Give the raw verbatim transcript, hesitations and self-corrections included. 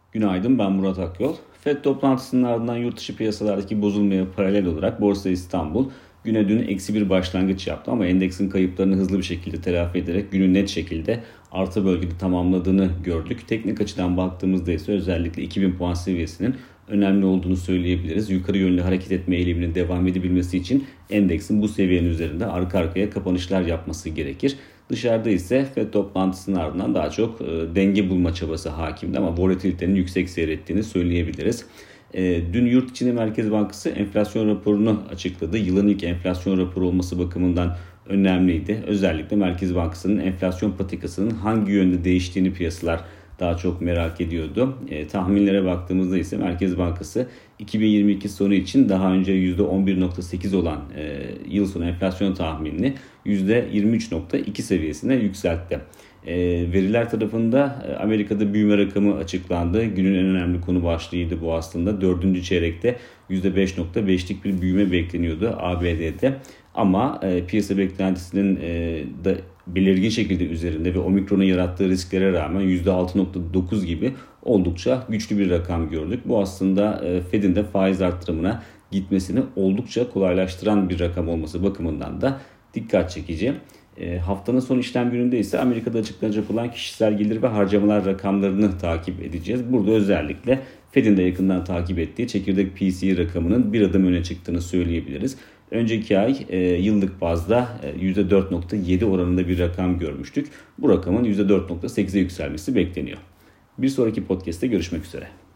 Günaydın, ben Murat Akyol. Fed toplantısının ardından yurt dışı piyasalardaki bozulmaya paralel olarak Borsa İstanbul güne dün eksi bir başlangıç yaptı ama endeksin kayıplarını hızlı bir şekilde telafi ederek günü net şekilde artı bölgede tamamladığını gördük. Teknik açıdan baktığımızda ise özellikle iki bin puan seviyesinin önemli olduğunu söyleyebiliriz. Yukarı yönlü hareket etme eğiliminin devam edebilmesi için endeksin bu seviyenin üzerinde arka arkaya kapanışlar yapması gerekir. Dışarıda ise Fed toplantısının ardından daha çok e, denge bulma çabası hakimdi ama volatilitenin yüksek seyrettiğini söyleyebiliriz. E, dün yurt içinde Merkez Bankası enflasyon raporunu açıkladı. Yılın ilk enflasyon raporu olması bakımından önemliydi. Özellikle Merkez Bankası'nın enflasyon patikasının hangi yönde değiştiğini piyasalar daha çok merak ediyordu. E, tahminlere baktığımızda ise Merkez Bankası iki bin yirmi iki sonu için daha önce yüzde on bir virgül sekiz olan e, yıl sonu enflasyon tahminini yüzde yirmi üç virgül iki seviyesine yükseltti. E, veriler tarafında e, Amerika'da büyüme rakamı açıklandı. Günün en önemli konu başlığıydı bu aslında. Dördüncü çeyrekte yüzde beş virgül beşlik bir büyüme bekleniyordu A B D'de. Ama e, piyasa beklentisinin e, da belirgin şekilde üzerinde ve omikronun yarattığı risklere rağmen yüzde altı virgül dokuz gibi oldukça güçlü bir rakam gördük. Bu aslında e, Fed'in de faiz arttırımına gitmesini oldukça kolaylaştıran bir rakam olması bakımından da dikkat çekici. E, haftanın son işlem gününde ise Amerika'da açıklanacak olan kişisel gelir ve harcamalar rakamlarını takip edeceğiz. Burada özellikle Fed'in de yakından takip ettiği çekirdek P C E rakamının bir adım öne çıktığını söyleyebiliriz. Önceki ay e, yıllık bazda e, yüzde dört virgül yedi oranında bir rakam görmüştük. Bu rakamın yüzde dört virgül sekize yükselmesi bekleniyor. Bir sonraki podcast'te görüşmek üzere.